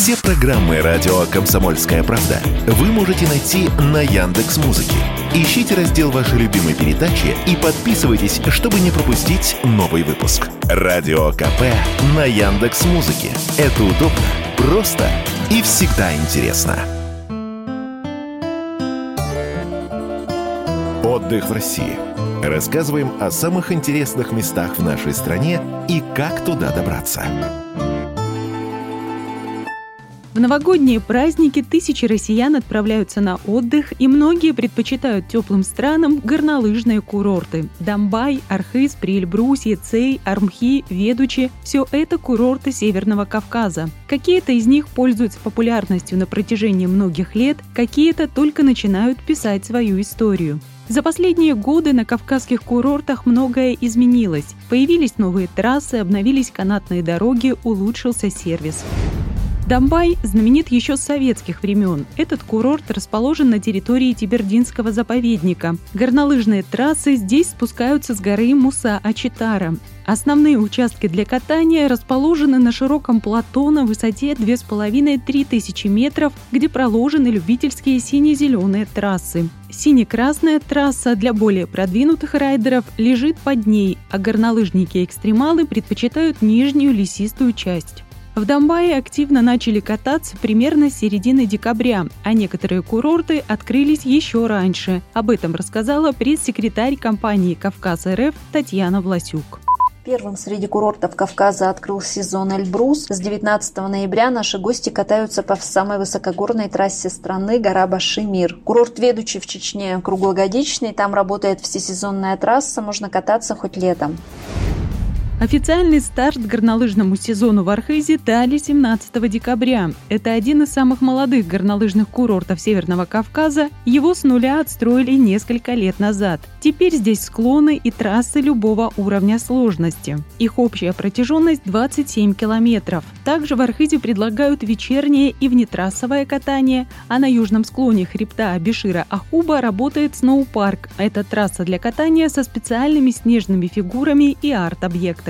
Все программы радио «Комсомольская правда» вы можете найти на Яндекс.Музыке. Ищите раздел вашей любимой передачи и подписывайтесь, чтобы не пропустить новый выпуск. Радио КП на Яндекс.Музыке. Это удобно, просто и всегда интересно. Отдых в России. Рассказываем о самых интересных местах в нашей стране и как туда добраться. В новогодние праздники тысячи россиян отправляются на отдых, и многие предпочитают теплым странам горнолыжные курорты. Домбай, Архыз, Приэльбрусье, Цей, Армхи, Ведучи – все это курорты Северного Кавказа. Какие-то из них пользуются популярностью на протяжении многих лет, какие-то только начинают писать свою историю. За последние годы на кавказских курортах многое изменилось. Появились новые трассы, обновились канатные дороги, улучшился сервис. Домбай знаменит еще с советских времен. Этот курорт расположен на территории Тибердинского заповедника. Горнолыжные трассы здесь спускаются с горы Муса-Ачитара. Основные участки для катания расположены на широком плато на высоте 2500–3000 метров, где проложены любительские сине-зеленые трассы. Сине-красная трасса для более продвинутых райдеров лежит под ней, а горнолыжники-экстремалы предпочитают нижнюю лесистую часть. В Домбае активно начали кататься примерно с середины декабря, а некоторые курорты открылись еще раньше. Об этом рассказала пресс-секретарь компании «Кавказ.РФ» Татьяна Власюк. Первым среди курортов Кавказа открыл сезон Эльбрус. С 19 ноября наши гости катаются по самой высокогорной трассе страны – гора Баши-Мир. Курорт Ведучи в Чечне круглогодичный, там работает всесезонная трасса, можно кататься хоть летом. Официальный старт горнолыжному сезону в Архызе дали 17 декабря. Это один из самых молодых горнолыжных курортов Северного Кавказа. Его с нуля отстроили несколько лет назад. Теперь здесь склоны и трассы любого уровня сложности. Их общая протяженность 27 километров. Также в Архызе предлагают вечернее и внетрассовое катание, а на южном склоне хребта Бишира-Ахуба работает сноупарк. Это трасса для катания со специальными снежными фигурами и арт-объектами.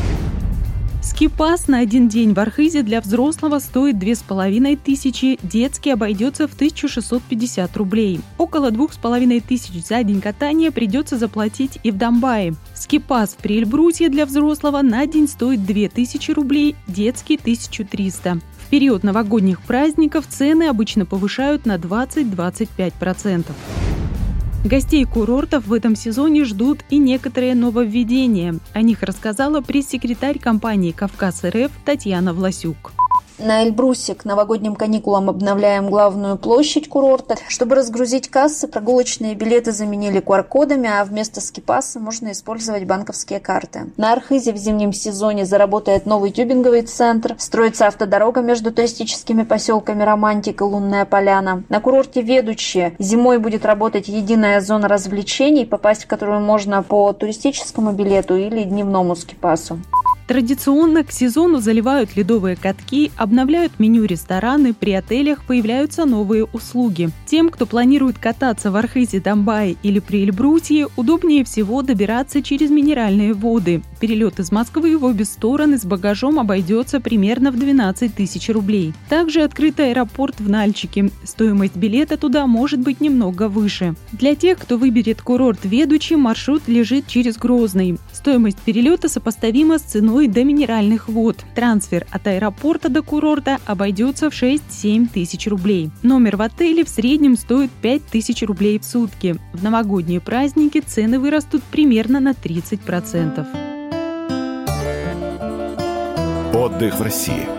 Ски-пас на один день в Архызе для взрослого стоит 2500, детский обойдется в 1650 рублей. Около 2500 за день катания придется заплатить и в Домбае. Ски-пас в Приэльбрусье для взрослого на день стоит 2000 рублей, детский 1300. В период новогодних праздников цены обычно повышают на 20–25%. Гостей курортов в этом сезоне ждут и некоторые нововведения. О них рассказала пресс-секретарь компании «Кавказ.РФ» Татьяна Власюк. На Эльбрусе к новогодним каникулам обновляем главную площадь курорта. Чтобы разгрузить кассы, прогулочные билеты заменили QR-кодами, а вместо скипаса можно использовать банковские карты. На Архызе в зимнем сезоне заработает новый тюбинговый центр, строится автодорога между туристическими поселками Романтика и Лунная Поляна. На курорте Ведучи зимой будет работать единая зона развлечений, попасть в которую можно по туристическому билету или дневному скипасу. Традиционно к сезону заливают ледовые катки, обновляют меню рестораны, при отелях появляются новые услуги. Тем, кто планирует кататься в Архызе, Домбае или Приэльбрусье, удобнее всего добираться через минеральные воды. Перелет из Москвы в обе стороны с багажом обойдется примерно в 12 тысяч рублей. Также открыт аэропорт в Нальчике. Стоимость билета туда может быть немного выше. Для тех, кто выберет курорт Ведучи, маршрут лежит через Грозный. Стоимость перелета сопоставима с ценой до минеральных вод. Трансфер от аэропорта до курорта обойдется в 6–7 тысяч рублей. Номер в отеле в среднем стоит 5000 рублей в сутки. В новогодние праздники цены вырастут примерно на 30%. Отдых в России.